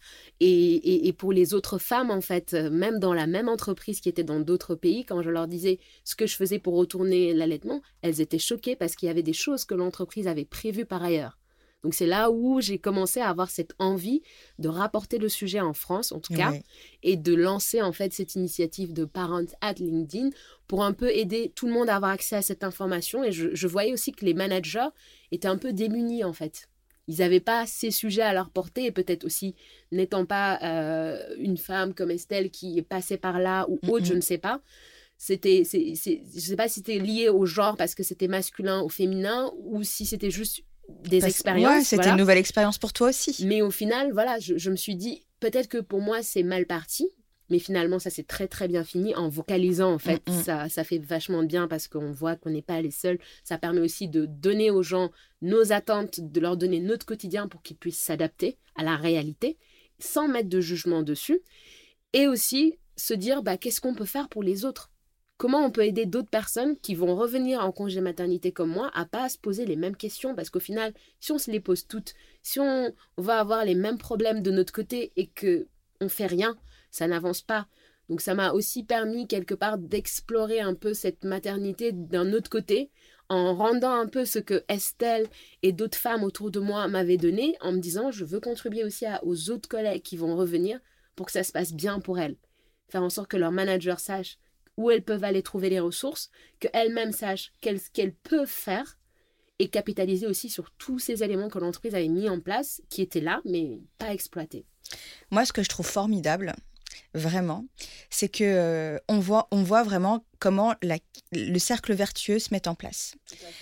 Et pour les autres femmes, en fait, même dans la même entreprise qui était dans d'autres pays, quand je leur disais ce que je faisais pour retourner l'allaitement, elles étaient choquées parce qu'il y avait des choses que l'entreprise avait prévues par ailleurs. Donc c'est là où j'ai commencé à avoir cette envie de rapporter le sujet en France, en tout cas, et de lancer en fait cette initiative de Parents at LinkedIn pour un peu aider tout le monde à avoir accès à cette information. Et je voyais aussi que les managers étaient un peu démunis en fait. Ils n'avaient pas ces sujets à leur portée et peut-être aussi n'étant pas une femme comme Estelle qui est passée par là ou autre, je ne sais pas. Je ne sais pas si c'était lié au genre parce que c'était masculin ou féminin ou si c'était juste des expériences.
Ouais, c'était une nouvelle expérience pour toi aussi.
Mais au final, voilà, je me suis dit, peut-être que pour moi, c'est mal parti. Mais finalement, ça s'est très, très bien fini en vocalisant, en fait. Ça fait vachement de bien parce qu'on voit qu'on n'est pas les seuls. Ça permet aussi de donner aux gens nos attentes, de leur donner notre quotidien pour qu'ils puissent s'adapter à la réalité sans mettre de jugement dessus. Et aussi se dire, qu'est-ce qu'on peut faire pour les autres ? Comment on peut aider d'autres personnes qui vont revenir en congé maternité comme moi à pas se poser les mêmes questions? Parce qu'au final, si on se les pose toutes, si on va avoir les mêmes problèmes de notre côté et qu'on ne fait rien, ça n'avance pas. Donc ça m'a aussi permis quelque part d'explorer un peu cette maternité d'un autre côté en rendant un peu ce que Estelle et d'autres femmes autour de moi m'avaient donné en me disant je veux contribuer aussi aux autres collègues qui vont revenir pour que ça se passe bien pour elles. Faire en sorte que leur manager sache où elles peuvent aller trouver les ressources, qu'elles-mêmes sachent ce qu'elles peuvent faire et capitaliser aussi sur tous ces éléments que l'entreprise avait mis en place, qui étaient là, mais pas exploités.
Moi, ce que je trouve formidable, vraiment, c'est que on voit vraiment comment le cercle vertueux se met en place.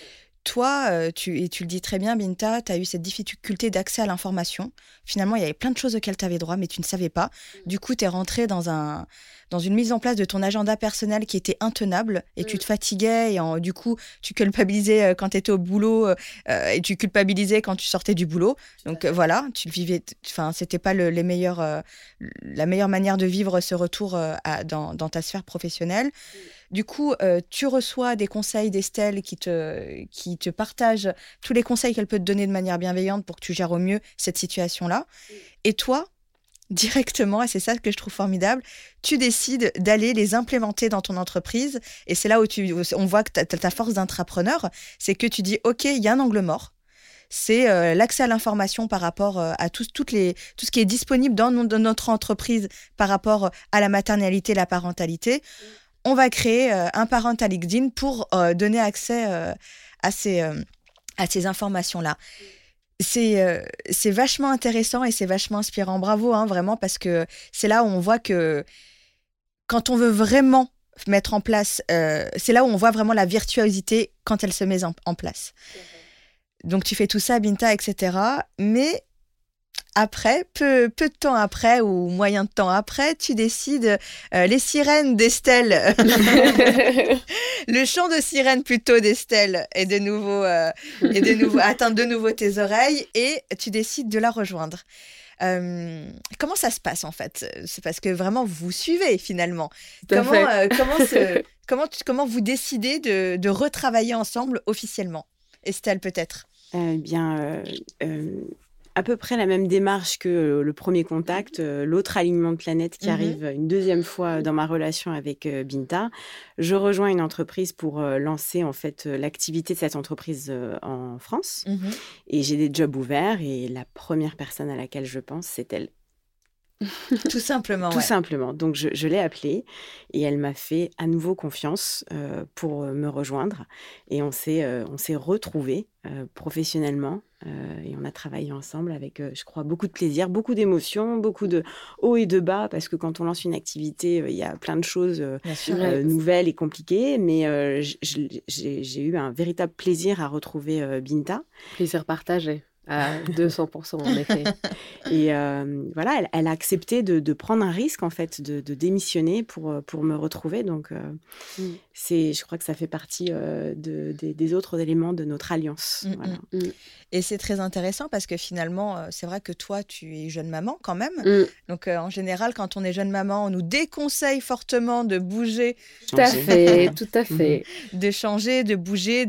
Toi, tu le dis très bien, Binta, tu as eu cette difficulté d'accès à l'information. Finalement, il y avait plein de choses auxquelles tu avais droit, mais tu ne savais pas. Du coup, tu es rentrée dans une mise en place de ton agenda personnel qui était intenable et tu te fatiguais et du coup, tu culpabilisais quand tu étais au boulot et tu culpabilisais quand tu sortais du boulot. Donc voilà, tu le vivais, c'était pas la meilleure manière de vivre ce retour dans ta sphère professionnelle. Du coup, tu reçois des conseils d'Estelle qui te partage tous les conseils qu'elle peut te donner de manière bienveillante pour que tu gères au mieux cette situation-là. Et toi, directement, et c'est ça que je trouve formidable, tu décides d'aller les implémenter dans ton entreprise. Et c'est là où on voit que ta force d'intrapreneur, c'est que tu dis, OK, il y a un angle mort. C'est l'accès à l'information par rapport à tout ce qui est disponible dans notre entreprise par rapport à la maternalité, la parentalité. On va créer un Parent à LinkedIn pour donner accès à ces informations-là. C'est vachement intéressant et c'est vachement inspirant. Bravo, vraiment, parce que c'est là où on voit que quand on veut vraiment mettre en place, c'est là où on voit vraiment la virtuosité quand elle se met en place. Donc, tu fais tout ça, Binta, etc. Mais après, peu de temps après ou moyen de temps après, tu décides les sirènes d'Estelle, le chant de sirène plutôt d'Estelle est de nouveau atteint de nouveau tes oreilles et tu décides de la rejoindre. Comment ça se passe en fait? C'est parce que vraiment vous vous suivez finalement. Comment vous décidez de retravailler ensemble officiellement? Estelle peut-être.
À peu près la même démarche que le premier contact, l'autre alignement de planète qui arrive une deuxième fois dans ma relation avec Binta. Je rejoins une entreprise pour lancer en fait l'activité de cette entreprise en France. Et j'ai des jobs ouverts et la première personne à laquelle je pense, c'est elle.
Tout simplement,
Tout simplement. Donc, je l'ai appelée et elle m'a fait à nouveau confiance pour me rejoindre. Et on s'est retrouvés professionnellement et on a travaillé ensemble avec, je crois, beaucoup de plaisir, beaucoup d'émotions, beaucoup de hauts et de bas, parce que quand on lance une activité, il y a plein de choses nouvelles et compliquées. Mais j'ai eu un véritable plaisir à retrouver Binta.
Plaisir partagé. À 200%, en effet.
Et voilà, elle a accepté de prendre un risque, en fait, de démissionner pour me retrouver. Donc, je crois que ça fait partie des autres éléments de notre alliance. Voilà.
Et c'est très intéressant parce que finalement, c'est vrai que toi, tu es jeune maman quand même. Donc, en général, quand on est jeune maman, on nous déconseille fortement de bouger.
Tout à fait, tout à fait.
De changer, de bouger,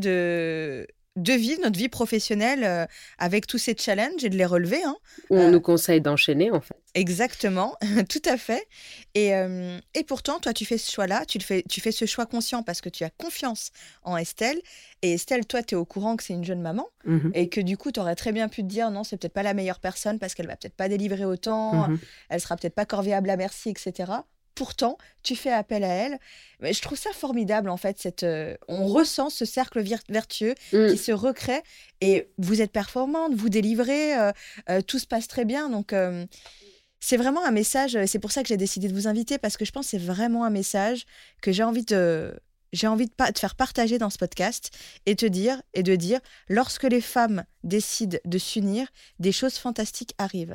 de vivre notre vie professionnelle avec tous ces challenges et de les relever.
On nous conseille d'enchaîner, en fait.
Exactement, tout à fait. Et pourtant, toi, tu fais ce choix-là, tu fais ce choix conscient parce que tu as confiance en Estelle. Et Estelle, toi, tu es au courant que c'est une jeune maman et que du coup, tu aurais très bien pu te dire non, c'est peut-être pas la meilleure personne parce qu'elle va peut-être pas délivrer autant, elle sera peut-être pas corvéable à merci, etc. Pourtant, tu fais appel à elle. Mais je trouve ça formidable, en fait. On ressent ce cercle vertueux qui se recrée. Et vous êtes performante, vous délivrez, tout se passe très bien. Donc, c'est vraiment un message. C'est pour ça que j'ai décidé de vous inviter, parce que je pense que c'est vraiment un message que j'ai envie de faire partager dans ce podcast et de dire, lorsque les femmes décident de s'unir, des choses fantastiques arrivent.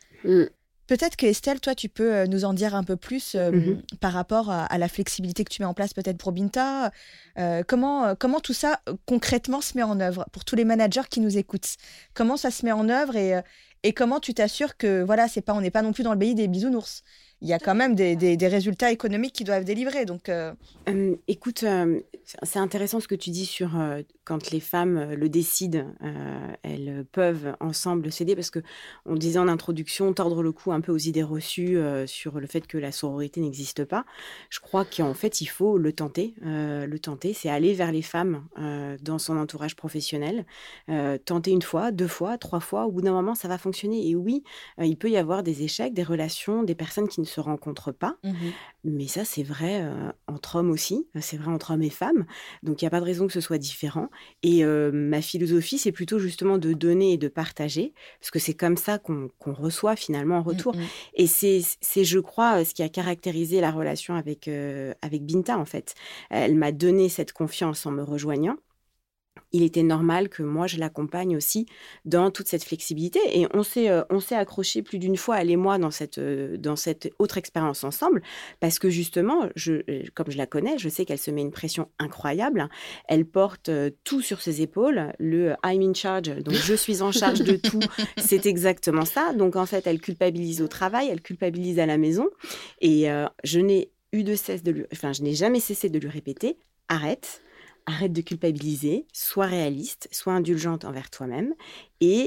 Peut-être que Estelle, toi, tu peux nous en dire un peu plus par rapport à la flexibilité que tu mets en place peut-être pour Binta. Comment tout ça concrètement se met en œuvre pour tous les managers qui nous écoutent? Comment ça se met en œuvre et comment tu t'assures que voilà, on n'est pas non plus dans le pays des bisounours? Il y a quand même des résultats économiques qui doivent délivrer. Donc,
écoute, c'est intéressant ce que tu dis sur quand les femmes le décident, elles peuvent ensemble s'aider, parce qu'on disait en introduction, tordre le cou un peu aux idées reçues sur le fait que la sororité n'existe pas. Je crois qu'en fait, il faut le tenter. Le tenter, c'est aller vers les femmes dans son entourage professionnel. Tenter une fois, 2 fois, 3 fois. Au bout d'un moment, ça va fonctionner. Et oui, il peut y avoir des échecs, des relations, des personnes qui ne se rencontrent pas. Mais ça, c'est vrai entre hommes aussi. C'est vrai entre hommes et femmes. Donc, il n'y a pas de raison que ce soit différent. Et ma philosophie, c'est plutôt justement de donner et de partager, parce que c'est comme ça qu'on reçoit finalement en retour. Et c'est, je crois, ce qui a caractérisé la relation avec Binta, en fait. Elle m'a donné cette confiance en me rejoignant. Il était normal que moi, je l'accompagne aussi dans toute cette flexibilité. Et on s'est accrochés plus d'une fois, elle et moi, dans cette autre expérience ensemble, parce que justement, comme je la connais, je sais qu'elle se met une pression incroyable. Elle porte tout sur ses épaules. Le « I'm in charge », donc je suis en charge de tout, c'est exactement ça. Donc en fait, elle culpabilise au travail, elle culpabilise à la maison. Et je n'ai jamais cessé de lui répéter « Arrête de culpabiliser, sois réaliste, sois indulgente envers toi-même. » Et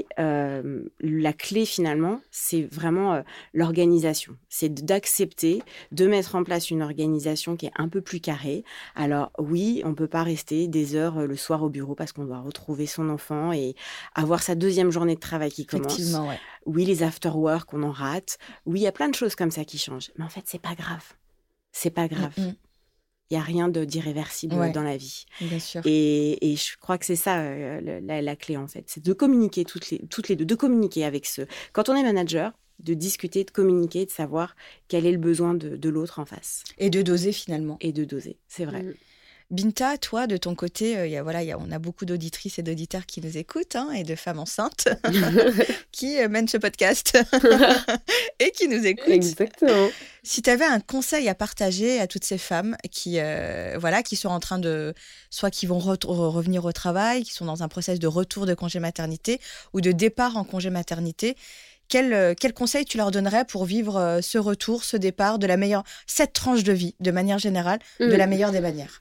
la clé, finalement, c'est vraiment l'organisation. C'est d'accepter de mettre en place une organisation qui est un peu plus carrée. Alors oui, on ne peut pas rester des heures le soir au bureau parce qu'on doit retrouver son enfant et avoir sa 2e journée de travail qui commence.
Effectivement, ouais.
Oui, les after-work, on en rate. Oui, il y a plein de choses comme ça qui changent. Mais en fait, c'est pas grave. C'est pas grave. Il n'y a rien d'irréversible dans la vie.
Bien sûr.
Et je crois que c'est ça la clé, en fait. C'est de communiquer toutes les deux, de communiquer avec quand on est manager, de discuter, de communiquer, de savoir quel est le besoin de l'autre en face.
Et de doser, finalement.
Et de doser, c'est vrai.
Binta, toi, de ton côté, on a beaucoup d'auditrices et d'auditeurs qui nous écoutent, et de femmes enceintes qui mènent ce podcast et qui nous écoutent.
Exactement.
Si tu avais un conseil à partager à toutes ces femmes qui sont en train de, soit qui vont revenir au travail, qui sont dans un process de retour de congé maternité ou de départ en congé maternité, quel conseil tu leur donnerais pour vivre ce retour, ce départ, cette tranche de vie, de manière générale, de la meilleure des manières?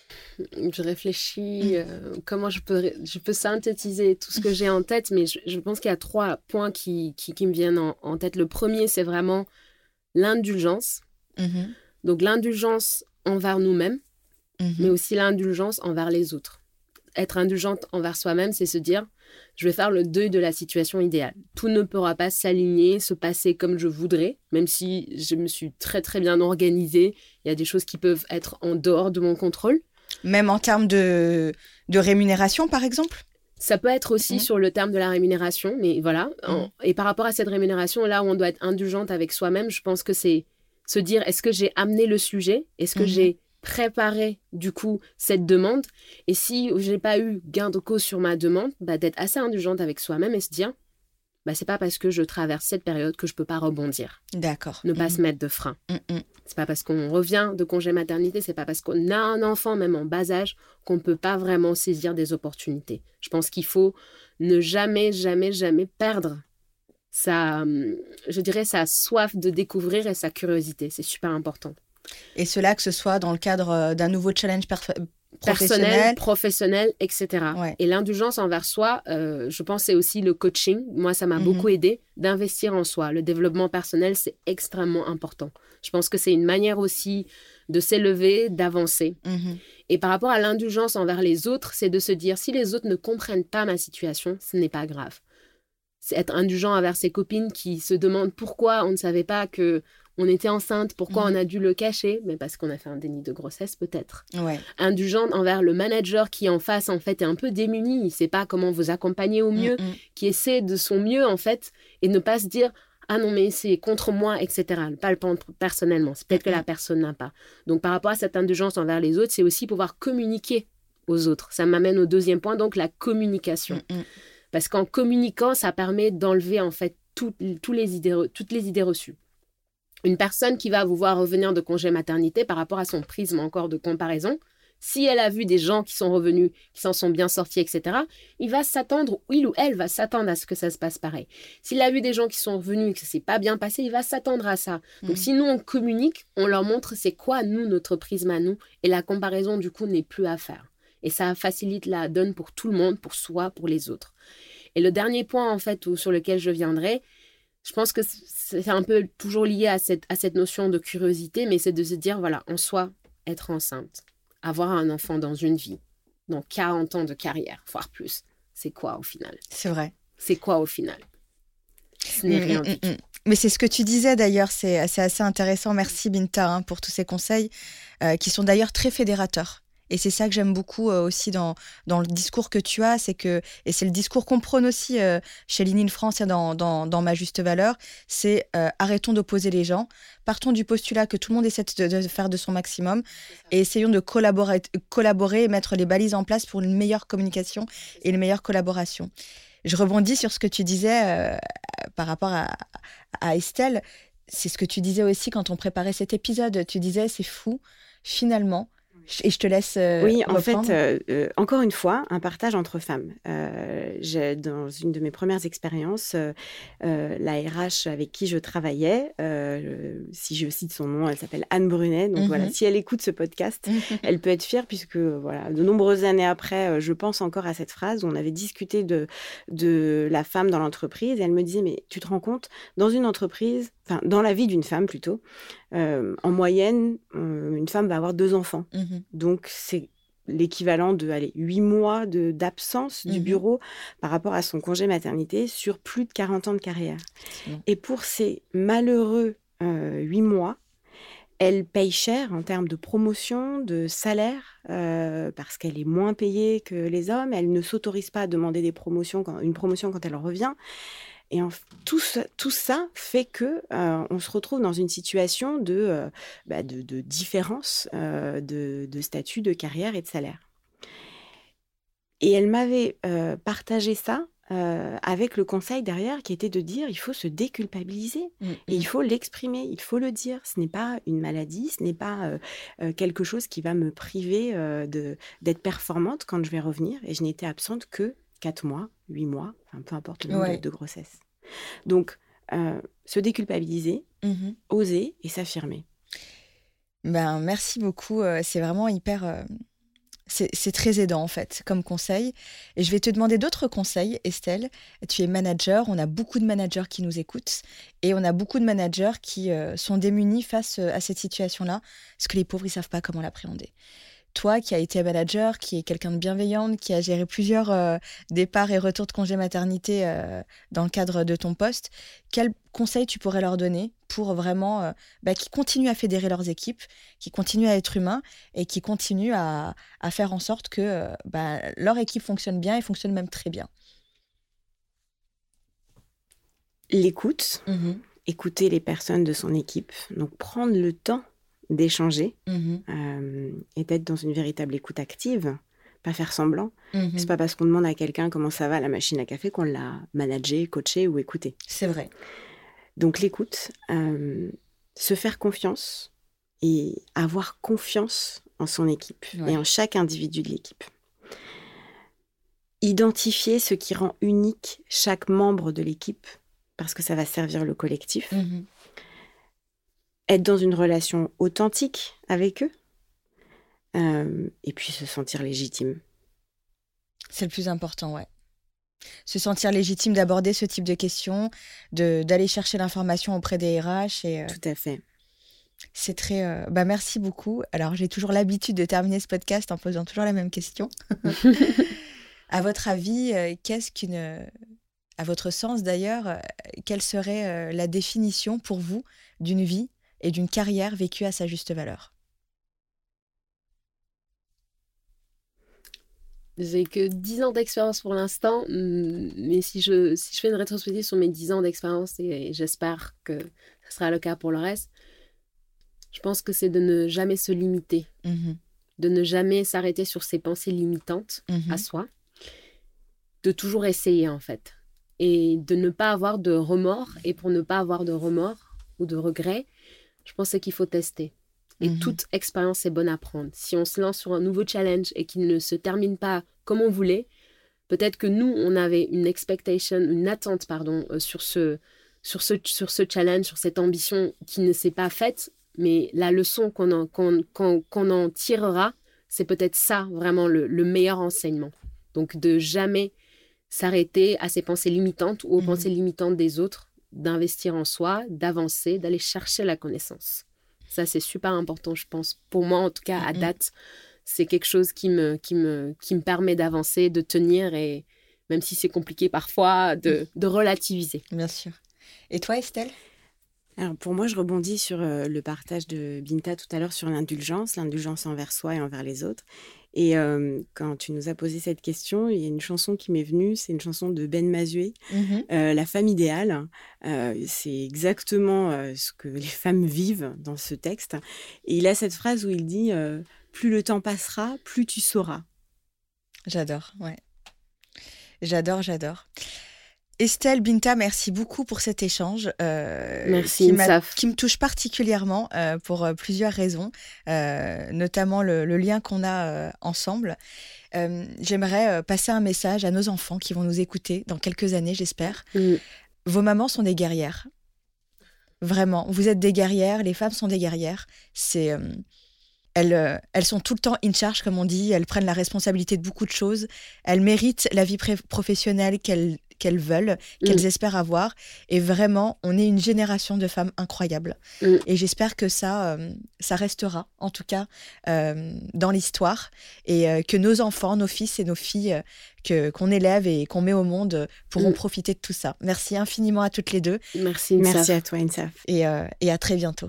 Je réfléchis comment je peux synthétiser tout ce que j'ai en tête, mais je pense qu'il y a 3 points qui me viennent en tête. Le premier, c'est vraiment l'indulgence. Donc l'indulgence envers nous-mêmes, mais aussi l'indulgence envers les autres. être indulgente envers soi-même, c'est se dire, je vais faire le deuil de la situation idéale. Tout ne pourra pas s'aligner, se passer comme je voudrais, même si je me suis très très bien organisée. Il y a des choses qui peuvent être en dehors de mon contrôle.
Même en termes de rémunération, par exemple?
Ça peut être aussi sur le terme de la rémunération, mais voilà. Et par rapport à cette rémunération, là où on doit être indulgente avec soi-même, je pense que c'est se dire, est-ce que j'ai amené le sujet? Est-ce que j'ai préparé, du coup, cette demande? Et si je n'ai pas eu gain de cause sur ma demande, d'être assez indulgente avec soi-même et se dire, c'est pas parce que je traverse cette période que je peux pas rebondir.
D'accord.
Ne pas se mettre de frein. C'est pas parce qu'on revient de congé maternité, c'est pas parce qu'on a un enfant, même en bas âge, qu'on peut pas vraiment saisir des opportunités. Je pense qu'il faut ne jamais, jamais, jamais perdre sa soif de découvrir et sa curiosité. C'est super important.
Et cela, que ce soit dans le cadre d'un nouveau challenge
professionnel, etc. Ouais. Et l'indulgence envers soi, je pense c'est aussi le coaching. Moi, ça m'a beaucoup aidé d'investir en soi. Le développement personnel, c'est extrêmement important. Je pense que c'est une manière aussi de s'élever, d'avancer. Et par rapport à l'indulgence envers les autres, c'est de se dire, si les autres ne comprennent pas ma situation, ce n'est pas grave. C'est être indulgent envers ses copines qui se demandent pourquoi on ne savait pas qu'on était enceinte, pourquoi on a dû le cacher, mais parce qu'on a fait un déni de grossesse peut-être. Ouais. Indulgent envers le manager qui en face en fait est un peu démuni, il ne sait pas comment vous accompagner au mieux, qui essaie de son mieux en fait, et ne pas se dire ah non mais c'est contre moi, etc. Pas le prendre personnellement, c'est peut-être que la personne n'a pas. Donc par rapport à cette indulgence envers les autres, c'est aussi pouvoir communiquer aux autres. Ça m'amène au deuxième point, donc la communication. Parce qu'en communiquant, ça permet d'enlever en fait toutes les idées reçues. Une personne qui va vous voir revenir de congé maternité par rapport à son prisme encore de comparaison, si elle a vu des gens qui sont revenus, qui s'en sont bien sortis, etc., il ou elle va s'attendre à ce que ça se passe pareil. S'il a vu des gens qui sont revenus et que ça ne s'est pas bien passé, il va s'attendre à ça. Donc si nous, on communique, on leur montre c'est quoi, nous, notre prisme à nous, et la comparaison, du coup, n'est plus à faire. Et ça facilite la donne pour tout le monde, pour soi, pour les autres. Et le dernier point, en fait, sur lequel je viendrai, je pense que c'est un peu toujours lié à cette notion de curiosité, mais c'est de se dire, voilà, en soi, être enceinte, avoir un enfant dans une vie, dans 40 ans de carrière, voire plus, c'est quoi au final?
C'est vrai.
C'est quoi au final? Ce n'est rien du tout.
Mais c'est ce que tu disais d'ailleurs, c'est assez intéressant. Merci Binta pour tous ces conseils qui sont d'ailleurs très fédérateurs. Et c'est ça que j'aime beaucoup aussi dans le discours que tu as, et c'est le discours qu'on prône aussi chez Lean in France et dans Ma Juste Valeur, c'est arrêtons d'opposer les gens, partons du postulat que tout le monde essaie de faire de son maximum et essayons de collaborer et mettre les balises en place pour une meilleure communication et une meilleure collaboration. Je rebondis sur ce que tu disais par rapport à Estelle, c'est ce que tu disais aussi quand on préparait cet épisode, tu disais c'est fou, finalement. Et je te laisse
Oui, en
reprendre.
fait, encore une fois, un partage entre femmes. Dans une de mes premières expériences, la RH avec qui je travaillais, si je cite son nom, elle s'appelle Anne Brunet. Donc voilà, si elle écoute ce podcast, elle peut être fière puisque voilà, de nombreuses années après, je pense encore à cette phrase où on avait discuté de la femme dans l'entreprise et elle me disait, mais tu te rends compte, dans une entreprise, enfin dans la vie d'une femme plutôt, en moyenne, une femme va avoir 2 enfants. Donc, c'est l'équivalent de 8 mois d'absence du bureau par rapport à son congé maternité sur plus de 40 ans de carrière. Et pour ces malheureux 8 mois, elle paye cher en termes de promotion, de salaire, parce qu'elle est moins payée que les hommes. Elle ne s'autorise pas à demander une promotion quand elle revient. Et tout ça fait que on se retrouve dans une situation de différence de statut, de carrière et de salaire. Et elle m'avait partagé ça avec le conseil derrière qui était de dire il faut se déculpabiliser et il faut l'exprimer, il faut le dire. Ce n'est pas une maladie, ce n'est pas quelque chose qui va me priver d'être performante quand je vais revenir. Et je n'étais absente que 4 mois, 8 mois, enfin, peu importe le nombre de grossesse. Donc, se déculpabiliser, oser et s'affirmer.
Merci beaucoup. C'est vraiment hyper... C'est très aidant, en fait, comme conseil. Et je vais te demander d'autres conseils, Estelle. Tu es manager, on a beaucoup de managers qui nous écoutent et on a beaucoup de managers qui sont démunis face à cette situation-là parce que les pauvres, ils ne savent pas comment l'appréhender. toi qui as été manager, qui est quelqu'un de bienveillante, qui a géré plusieurs départs et retours de congé maternité dans le cadre de ton poste, quels conseils tu pourrais leur donner pour vraiment qu'ils continuent à fédérer leurs équipes, qui continuent à être humains et qui continuent à faire en sorte que leur équipe fonctionne bien et fonctionne même très bien?
L'écoute, écouter les personnes de son équipe, donc prendre le temps d'échanger et d'être dans une véritable écoute active, pas faire semblant. C'est pas parce qu'on demande à quelqu'un comment ça va à la machine à café qu'on l'a managé, coaché ou écouté.
C'est vrai.
Donc l'écoute, se faire confiance et avoir confiance en son équipe et en chaque individu de l'équipe. Identifier ce qui rend unique chaque membre de l'équipe parce que ça va servir le collectif. Être dans une relation authentique avec eux et puis se sentir légitime.
C'est le plus important, ouais. Se sentir légitime d'aborder ce type de questions, d'aller chercher l'information auprès des RH.
Tout à fait.
C'est très... merci beaucoup. Alors, j'ai toujours l'habitude de terminer ce podcast en posant toujours la même question. À votre avis, à votre sens d'ailleurs, quelle serait la définition pour vous d'une vie et d'une carrière vécue à sa juste valeur?
J'ai que 10 ans d'expérience pour l'instant, mais si je fais une rétrospective sur mes 10 ans d'expérience, et j'espère que ce sera le cas pour le reste, je pense que c'est de ne jamais se limiter, de ne jamais s'arrêter sur ses pensées limitantes à soi, de toujours essayer en fait, et de ne pas avoir de remords. Et pour ne pas avoir de remords ou de regrets, je pense qu'il faut tester. Et toute expérience est bonne à prendre. Si on se lance sur un nouveau challenge et qu'il ne se termine pas comme on voulait, peut-être que nous, on avait une attente sur ce challenge, sur cette ambition qui ne s'est pas faite. Mais la leçon qu'on en tirera, c'est peut-être ça vraiment le meilleur enseignement. Donc de jamais s'arrêter à ses pensées limitantes ou aux pensées limitantes des autres, d'investir en soi, d'avancer, d'aller chercher la connaissance. Ça, c'est super important, je pense. Pour moi, en tout cas, à date, c'est quelque chose qui me permet d'avancer, de tenir, et même si c'est compliqué parfois, de relativiser.
Bien sûr. Et toi, Estelle ?
Alors pour moi, je rebondis sur le partage de Binta tout à l'heure sur l'indulgence envers soi et envers les autres. Et quand tu nous as posé cette question, il y a une chanson qui m'est venue, c'est une chanson de Ben Mazué, La femme idéale. C'est exactement ce que les femmes vivent dans ce texte. Et il a cette phrase où il dit « Plus le temps passera, plus tu sauras ».
J'adore, ouais. J'adore. Estelle, Binta, merci beaucoup pour cet échange
merci,
qui me touche particulièrement pour plusieurs raisons, notamment le lien qu'on a ensemble. J'aimerais passer un message à nos enfants qui vont nous écouter dans quelques années, j'espère. Vos mamans sont des guerrières. Vraiment, vous êtes des guerrières, les femmes sont des guerrières. Elles sont tout le temps in charge, comme on dit. Elles prennent la responsabilité de beaucoup de choses. Elles méritent la vie professionnelle qu'elles veulent, qu'elles espèrent avoir. Et vraiment, on est une génération de femmes incroyables. Et j'espère que ça restera, en tout cas, dans l'histoire. Et que nos enfants, nos fils et nos filles qu'on élève et qu'on met au monde pourront profiter de tout ça. Merci infiniment à toutes les deux.
Merci, Insaf.
Merci à toi, Insaf.
Et à très bientôt.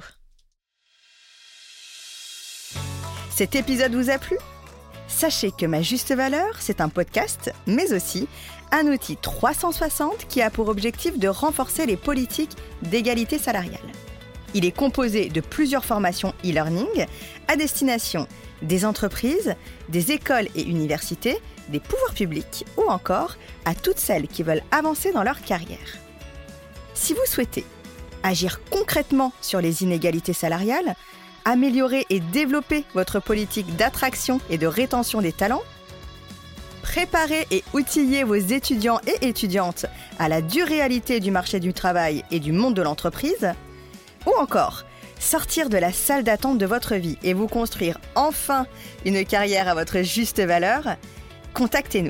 Cet épisode vous a plu ? Sachez que Ma Juste Valeur, c'est un podcast, mais aussi un outil 360 qui a pour objectif de renforcer les politiques d'égalité salariale. Il est composé de plusieurs formations e-learning à destination des entreprises, des écoles et universités, des pouvoirs publics ou encore à toutes celles qui veulent avancer dans leur carrière. Si vous souhaitez agir concrètement sur les inégalités salariales, améliorer et développer votre politique d'attraction et de rétention des talents, préparer et outiller vos étudiants et étudiantes à la dure réalité du marché du travail et du monde de l'entreprise, ou encore sortir de la salle d'attente de votre vie et vous construire enfin une carrière à votre juste valeur, contactez-nous.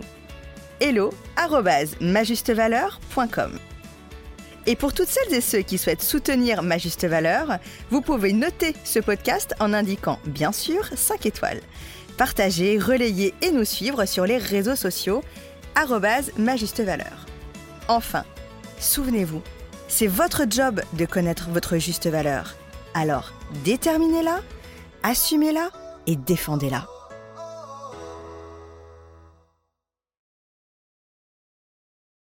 hello@majustevaleur.com. Et pour toutes celles et ceux qui souhaitent soutenir Ma Juste Valeur, vous pouvez noter ce podcast en indiquant, bien sûr, 5 étoiles. partager, relayer et nous suivre sur les réseaux sociaux @majustevaleur. Enfin, souvenez-vous, c'est votre job de connaître votre juste valeur. Alors, déterminez-la, assumez-la et défendez-la.